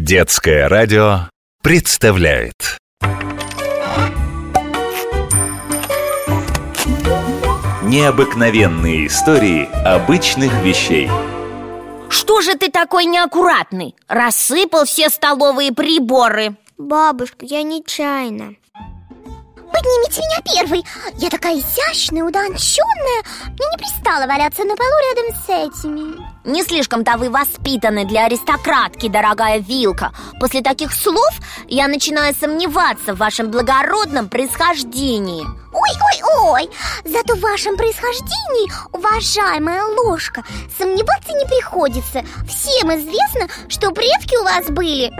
Детское радио представляет необыкновенные истории обычных вещей. Что же ты такой неаккуратный? Рассыпал все столовые приборы. Бабушка, я нечаянно. Поднимите меня первый. Я такая изящная, утонченная. Мне не пристало валяться на полу рядом с этими. Не слишком-то вы воспитаны для аристократки, дорогая Вилка. После таких слов я начинаю сомневаться в вашем благородном происхождении. Ой, зато в вашем происхождении, уважаемая ложка, сомневаться не приходится. Всем известно, что предки у вас были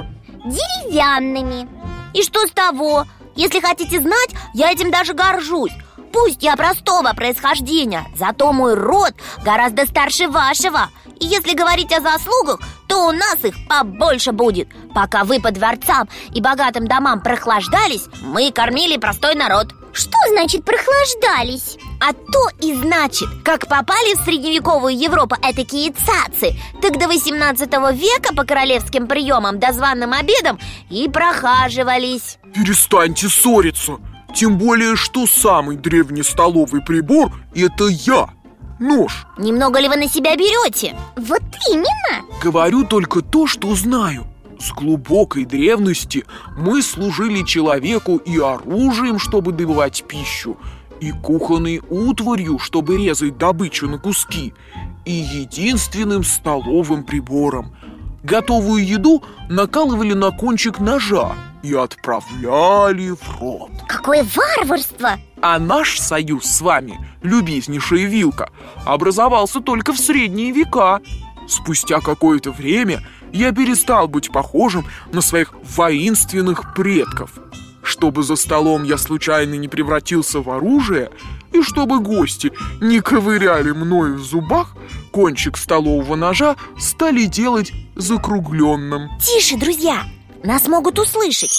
деревянными. И что с того? Если хотите знать, я этим даже горжусь. Пусть я простого происхождения, зато мой род гораздо старше вашего. И если говорить о заслугах, то у нас их побольше будет. Пока вы по дворцам и богатым домам прохлаждались, мы кормили простой народ. Что значит прохлаждались? А то и значит, как попали в средневековую Европу этакие цацы, так до 18 века по королевским приемам да званым обедам и прохаживались. Перестаньте ссориться. Тем более, что самый древний столовый прибор – это я, нож. Немного ли вы на себя берете? Вот именно. Говорю только то, что знаю. С глубокой древности мы служили человеку и оружием, чтобы добывать пищу, и кухонной утварью, чтобы резать добычу на куски, и единственным столовым прибором. Готовую еду накалывали на кончик ножа и отправляли в рот. Какое варварство! А наш союз с вами, любезнейшая Вилка, образовался только в средние века. Спустя какое-то время я перестал быть похожим на своих воинственных предков. Чтобы за столом я случайно не превратился в оружие, и чтобы гости не ковыряли мною в зубах, кончик столового ножа стали делать закругленным. Тише, друзья, нас могут услышать.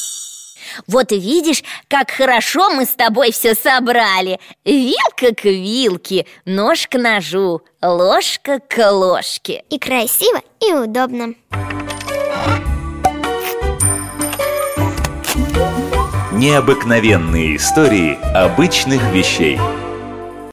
Вот и видишь, как хорошо мы с тобой все собрали. Вилка к вилке, нож к ножу, ложка к ложке. И красиво, и удобно. Необыкновенные истории обычных вещей.